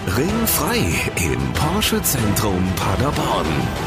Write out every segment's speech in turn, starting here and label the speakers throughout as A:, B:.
A: Ringfrei im Porsche Zentrum Paderborn.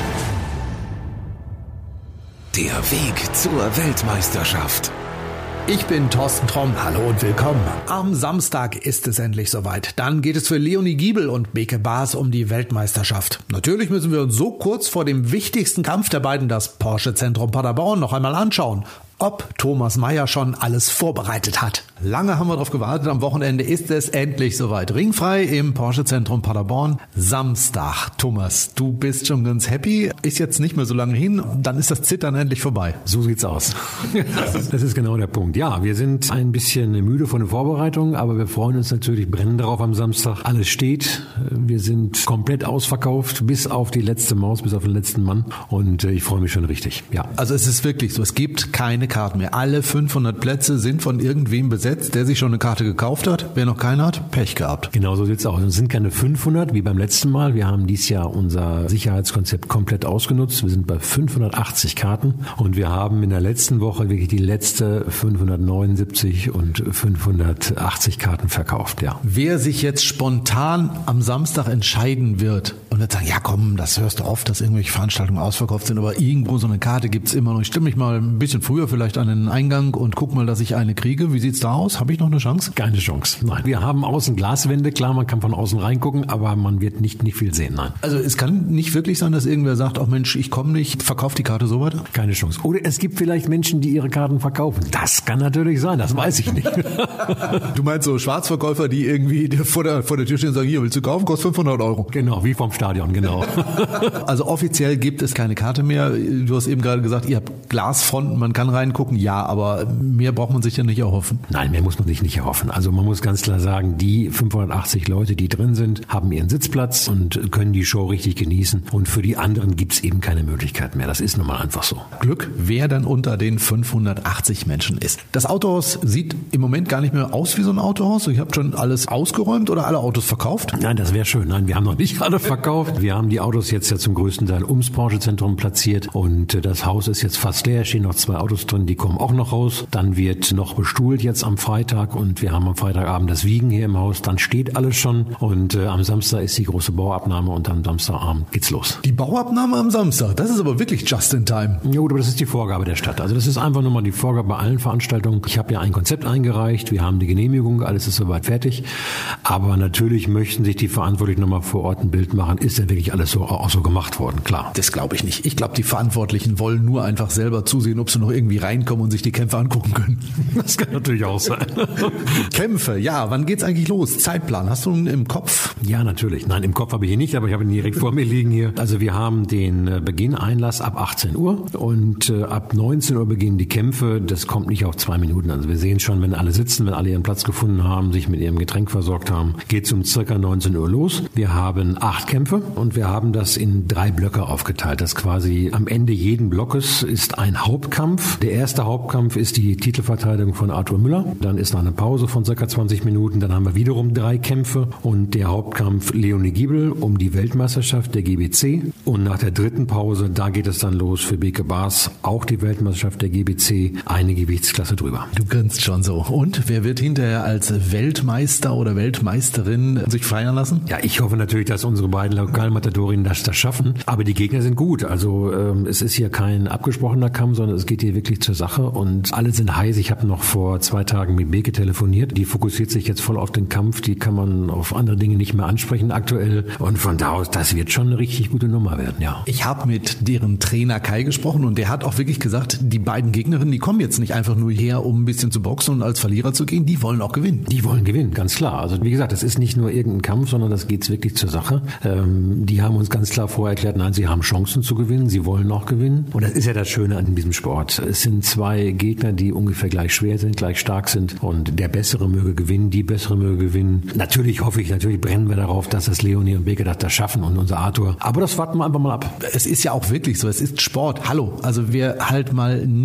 A: Der Weg zur Weltmeisterschaft.
B: Ich bin Thorsten Tromm, hallo und willkommen. Am Samstag ist es endlich soweit. Dann geht es für Leonie Giebel und Beke Baas um die Weltmeisterschaft. Natürlich müssen wir uns so kurz vor dem wichtigsten Kampf der beiden, das Porsche Zentrum Paderborn, noch einmal anschauen, ob Thomas Meyer schon alles vorbereitet hat. Lange haben wir darauf gewartet, am Wochenende ist es endlich soweit. Ringfrei im Porsche Zentrum Paderborn. Samstag. Thomas, du bist schon ganz happy. Ist jetzt nicht mehr so lange hin, dann ist das Zittern endlich vorbei.
C: So sieht's aus. Das ist genau der Punkt. Ja, wir sind ein bisschen müde von der Vorbereitung, aber wir freuen uns natürlich brennend darauf am Samstag. Alles steht. Wir sind komplett ausverkauft, bis auf die letzte Maus, bis auf den letzten Mann. Und ich freue mich schon richtig. Ja.
B: Also es ist wirklich so, es gibt keine Karten mehr. Alle 500 Plätze sind von irgendwem besetzt, der sich schon eine Karte gekauft hat. Wer noch keine hat, Pech gehabt.
C: Genau so sieht's aus. Es sind keine 500 wie beim letzten Mal. Wir haben dieses Jahr unser Sicherheitskonzept komplett ausgenutzt. Wir sind bei 580 Karten und wir haben in der letzten Woche wirklich die letzte 579 und 580 Karten verkauft. Ja.
B: Wer sich jetzt spontan am Samstag entscheiden wird und wird sagen, ja komm, das hörst du oft, dass irgendwelche Veranstaltungen ausverkauft sind, aber irgendwo so eine Karte gibt's immer noch. Ich stimme mich mal ein bisschen früher vielleicht an den Eingang und guck mal, dass ich eine kriege. Wie sieht's da aus? Habe ich noch eine Chance?
C: Keine Chance, nein. Wir haben außen Glaswände, klar, man kann von außen reingucken, aber man wird nicht viel sehen, nein.
B: Also es kann nicht wirklich sein, dass irgendwer sagt, oh Mensch, ich komme nicht, verkauft die Karte so weiter?
C: Keine Chance. Oder es gibt vielleicht Menschen, die ihre Karten verkaufen. Das kann natürlich sein, das weiß ich nicht.
B: Du meinst so Schwarzverkäufer, die irgendwie vor der Tür stehen und sagen, hier, willst du kaufen? Kostet 500 €.
C: Genau, wie vom Stadion, genau.
B: Also offiziell gibt es keine Karte mehr. Du hast eben gerade gesagt, ihr habt Glasfronten, man kann reingucken, ja, aber mehr braucht man sich ja nicht erhoffen.
C: Nein, mehr muss man sich nicht erhoffen. Also man muss ganz klar sagen, die 580 Leute, die drin sind, haben ihren Sitzplatz und können die Show richtig genießen. Und für die anderen gibt's eben keine Möglichkeit mehr. Das ist nun mal einfach so.
B: Glück, wer dann unter den 580 Menschen ist. Das Autohaus sieht im Moment gar nicht mehr aus wie so ein Autohaus. Ihr habt schon alles ausgeräumt oder alle Autos verkauft?
C: Nein, das wäre schön. Nein, wir haben noch nicht alle verkauft. Wir haben die Autos jetzt ja zum größten Teil ums Porsche-Zentrum platziert und das Haus ist jetzt fast leer. Es stehen noch 2 Autos drin, die kommen auch noch raus. Dann wird noch bestuhlt jetzt am Freitag und wir haben am Freitagabend das Wiegen hier im Haus. Dann steht alles schon und am Samstag ist die große Bauabnahme und am Samstagabend geht's los.
B: Die Bauabnahme am Samstag, das ist aber wirklich just in time.
C: Ja gut, aber das ist die Vorgabe der Stadt. Also das ist einfach nur mal die Vorgabe bei allen Veranstaltungen. Ich habe ja ein Konzept eingereicht, wir haben die Genehmigung, alles ist soweit fertig. Aber natürlich möchten sich die Verantwortlichen nochmal vor Ort ein Bild machen. Ist denn wirklich alles auch so gemacht worden? Klar.
B: Das glaube ich nicht. Ich glaube, die Verantwortlichen wollen nur einfach selber zusehen, ob sie noch irgendwie reinkommen und sich die Kämpfe angucken können.
C: Das kann natürlich auch sein.
B: Kämpfe, ja. Wann geht's eigentlich los? Zeitplan, hast du einen im Kopf?
C: Ja, natürlich. Nein, im Kopf habe ich ihn nicht, aber ich habe ihn direkt vor mir liegen hier. Also wir haben den Beginn Einlass ab 18 Uhr und ab 19 Uhr beginnen die Kämpfe. Das kommt nicht auf 2 Minuten. Also wir sehen schon, wenn alle sitzen, wenn alle ihren Platz gefunden haben, sich mit ihrem Getränk versorgt haben, geht's um circa 19 Uhr los. Wir haben 8 Kämpfe und wir haben das in 3 Blöcke aufgeteilt. Das quasi am Ende jeden Blockes ist ein Hauptkampf. Der erste Hauptkampf ist die Titelverteidigung von Arthur Müller. Dann ist noch eine Pause von circa 20 Minuten. Dann haben wir wiederum 3 Kämpfe und der Hauptkampf Leonie Giebel um die Weltmeisterschaft der GBC. Und nach der 3. Pause, da geht es dann los für Beke Baas, auch die Weltmeisterschaft der GBC, eine Gewichtsklasse drüber.
B: Du grinst schon so. Und wer wird hinterher als Weltmeister oder Weltmeisterin sich feiern lassen?
C: Ja, ich hoffe natürlich, dass unsere beiden Lokalmatadorinnen das schaffen. Aber die Gegner sind gut. Also es ist hier kein abgesprochener Kampf, sondern es geht hier wirklich zur Sache und alle sind heiß. Ich habe noch vor 2 Tagen mit Beke telefoniert. Die fokussiert sich jetzt voll auf den Kampf. Die kann man auf andere Dinge nicht mehr ansprechen aktuell. Und von da aus, das wird schon eine richtig gute Nummer werden, ja.
B: Ich habe mit deren Trainer Kai gesprochen und der hat auch wirklich gesagt, die beiden Gegnerinnen, die kommen jetzt nicht einfach nur her, um ein bisschen zu boxen und als Verlierer zu gehen. Die wollen auch gewinnen.
C: Die wollen gewinnen, ganz klar. Also wie gesagt, das ist nicht nur irgendein Kampf, sondern das geht wirklich zur Sache. Die haben uns ganz klar vorher erklärt, nein, sie haben Chancen zu gewinnen, sie wollen auch gewinnen. Und das ist ja das Schöne an diesem Sport. Es sind 2 Gegner, die ungefähr gleich schwer sind, gleich stark sind und der Bessere möge gewinnen, die Bessere möge gewinnen. Natürlich brennen wir darauf, dass das Leonie und Beke das schaffen und unser Arthur. Aber das warten wir einfach mal ab.
B: Es ist ja auch wirklich so, es ist Sport. Hallo, also wer halt mal nicht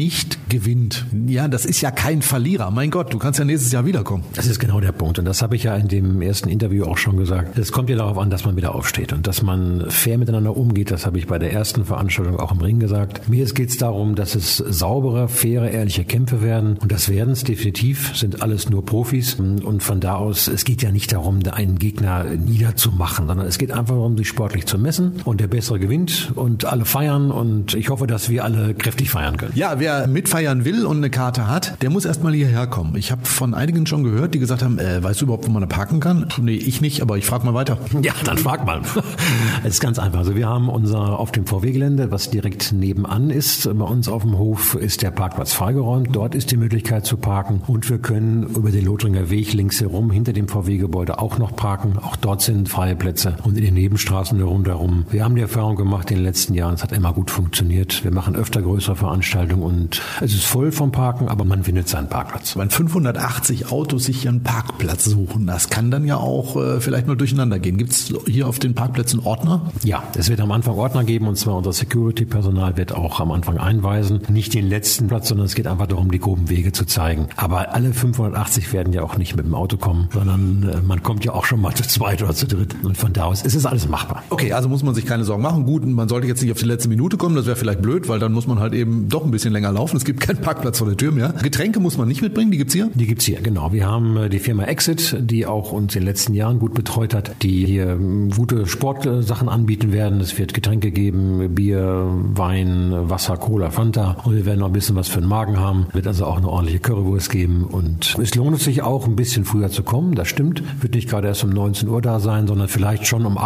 B: gewinnt. Ja, das ist ja kein Verlierer. Mein Gott, du kannst ja nächstes Jahr wiederkommen.
C: Das ist genau der Punkt. Und das habe ich ja in dem ersten Interview auch schon gesagt. Es kommt ja darauf an, dass man wieder aufsteht und dass man fair miteinander umgeht. Das habe ich bei der ersten Veranstaltung auch im Ring gesagt. Mir geht es darum, dass es saubere, faire, ehrliche Kämpfe werden. Und das werden es definitiv, sind alles nur Profis. Und von da aus, es geht ja nicht darum, einen Gegner niederzumachen, sondern es geht einfach darum, sich sportlich zu messen. Und der Bessere gewinnt und alle feiern. Und ich hoffe, dass wir alle kräftig feiern können.
B: Ja, wer mitfeiern will und eine Karte hat, der muss erstmal hierher kommen. Ich habe von einigen schon gehört, die gesagt haben, weißt du überhaupt, wo man parken kann? Nee, ich nicht, aber ich frage mal weiter.
C: Ja, dann frag mal. Es ist ganz einfach. Also wir haben auf dem VW-Gelände, was direkt nebenan ist, bei uns auf dem Hof ist der Parkplatz freigeräumt. Dort ist die Möglichkeit zu parken und wir können über den Lothringer Weg links herum hinter dem VW-Gebäude auch noch parken. Auch dort sind freie Plätze und in den Nebenstraßen rundherum. Wir haben die Erfahrung gemacht in den letzten Jahren, es hat immer gut funktioniert. Wir machen öfter größere Veranstaltungen und es ist voll vom Parken, aber man findet seinen Parkplatz.
B: Wenn 580 Autos sich hier einen Parkplatz suchen, das kann dann ja auch vielleicht mal durcheinander gehen. Gibt es hier auf den Parkplätzen Ordner?
C: Ja, es wird am Anfang Ordner geben und zwar unser Security-Personal wird auch am Anfang einweisen. Nicht den letzten Platz, sondern es geht einfach darum, die groben Wege zu zeigen. Aber alle 580 werden ja auch nicht mit dem Auto kommen, sondern man kommt ja auch schon mal zu zweit oder zu dritt. Und von da aus ist es alles machbar.
B: Okay, also muss man sich keine Sorgen machen. Gut, man sollte jetzt nicht auf die letzte Minute kommen, das wäre vielleicht blöd, weil dann muss man halt eben doch ein bisschen länger laufen. Es gibt keinen Parkplatz vor der Tür mehr. Getränke muss man nicht mitbringen, die gibt's hier?
C: Die gibt's hier, genau. Wir haben die Firma Exit, die auch uns in den letzten Jahren gut betreut hat, die hier gute Sportsachen anbieten werden. Es wird Getränke geben, Bier, Wein, Wasser, Cola, Fanta und wir werden noch ein bisschen was für den Magen haben. Wird also auch eine ordentliche Currywurst geben und es lohnt sich auch ein bisschen früher zu kommen, das stimmt. Wird nicht gerade erst um 19 Uhr da sein, sondern vielleicht schon um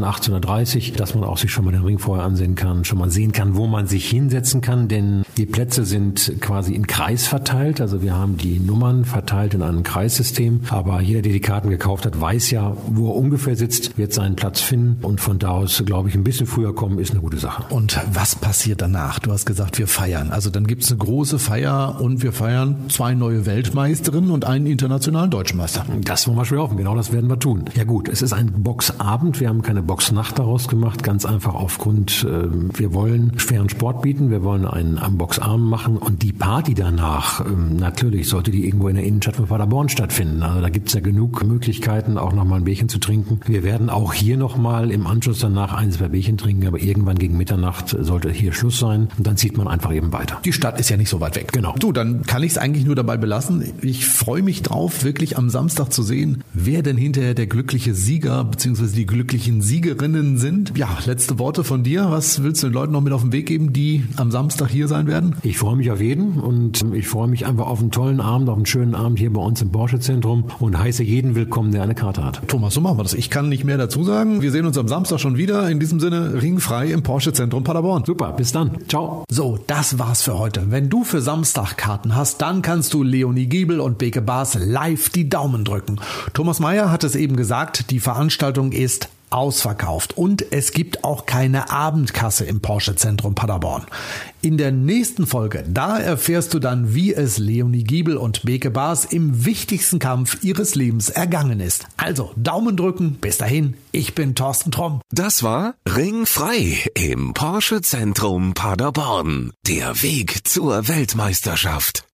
C: 18:30 Uhr, dass man auch sich schon mal den Ring vorher ansehen kann, schon mal sehen kann, wo man sich hinsetzen kann, denn die Plätze sind quasi im Kreis verteilt, also wir haben die Nummern verteilt in einem Kreissystem, aber jeder, der die Karten gekauft hat, weiß ja, wo er ungefähr sitzt, wird seinen Platz finden und von da aus, glaube ich, ein bisschen früher kommen, ist eine gute Sache.
B: Und was passiert danach? Du hast gesagt, wir feiern. Also dann gibt es eine große Feier und wir feiern 2 neue Weltmeisterinnen und einen internationalen Deutschmeister.
C: Das wollen wir schwer hoffen, genau das werden wir tun. Ja gut, es ist ein Boxabend, wir haben keine Boxnacht daraus gemacht, ganz einfach aufgrund, wir wollen schweren Sport bieten, wir wollen einen Boxabend machen und die Party danach, natürlich sollte die irgendwo in der Innenstadt von Paderborn stattfinden. Also da gibt es ja genug Möglichkeiten, auch nochmal ein Bierchen zu trinken. Wir werden auch hier nochmal im Anschluss danach 1-2 Bierchen trinken, aber irgendwann gegen Mitternacht sollte hier Schluss sein und dann zieht man einfach eben weiter.
B: Die Stadt ist ja nicht so weit weg.
C: Genau.
B: Du, dann kann ich es eigentlich nur dabei belassen. Ich freue mich drauf, wirklich am Samstag zu sehen, wer denn hinterher der glückliche Sieger bzw. die glücklichen Siegerinnen sind. Ja, letzte Worte von dir. Was willst du den Leuten noch mit auf den Weg geben, die am Samstag hier sein werden?
C: Ich freue mich auf jeden und ich freue mich einfach auf einen tollen Abend, auf einen schönen Abend hier bei uns im Porsche-Zentrum und heiße jeden willkommen, der eine Karte hat.
B: Thomas, so machen wir das. Ich kann nicht mehr dazu sagen. Wir sehen uns am Samstag schon wieder. In diesem Sinne, ringfrei im Porsche-Zentrum Paderborn.
C: Super, bis dann. Ciao.
B: So, das war's für heute. Wenn du für Samstag Karten hast, dann kannst du Leonie Giebel und Beke Baas live die Daumen drücken. Thomas Meyer hat es eben gesagt, die Veranstaltung ist ausverkauft und es gibt auch keine Abendkasse im Porsche-Zentrum Paderborn. In der nächsten Folge, da erfährst du dann, wie es Leonie Giebel und Beke Baas im wichtigsten Kampf ihres Lebens ergangen ist. Also Daumen drücken, bis dahin, ich bin Thorsten Tromm.
A: Das war Ringfrei im Porsche-Zentrum Paderborn. Der Weg zur Weltmeisterschaft.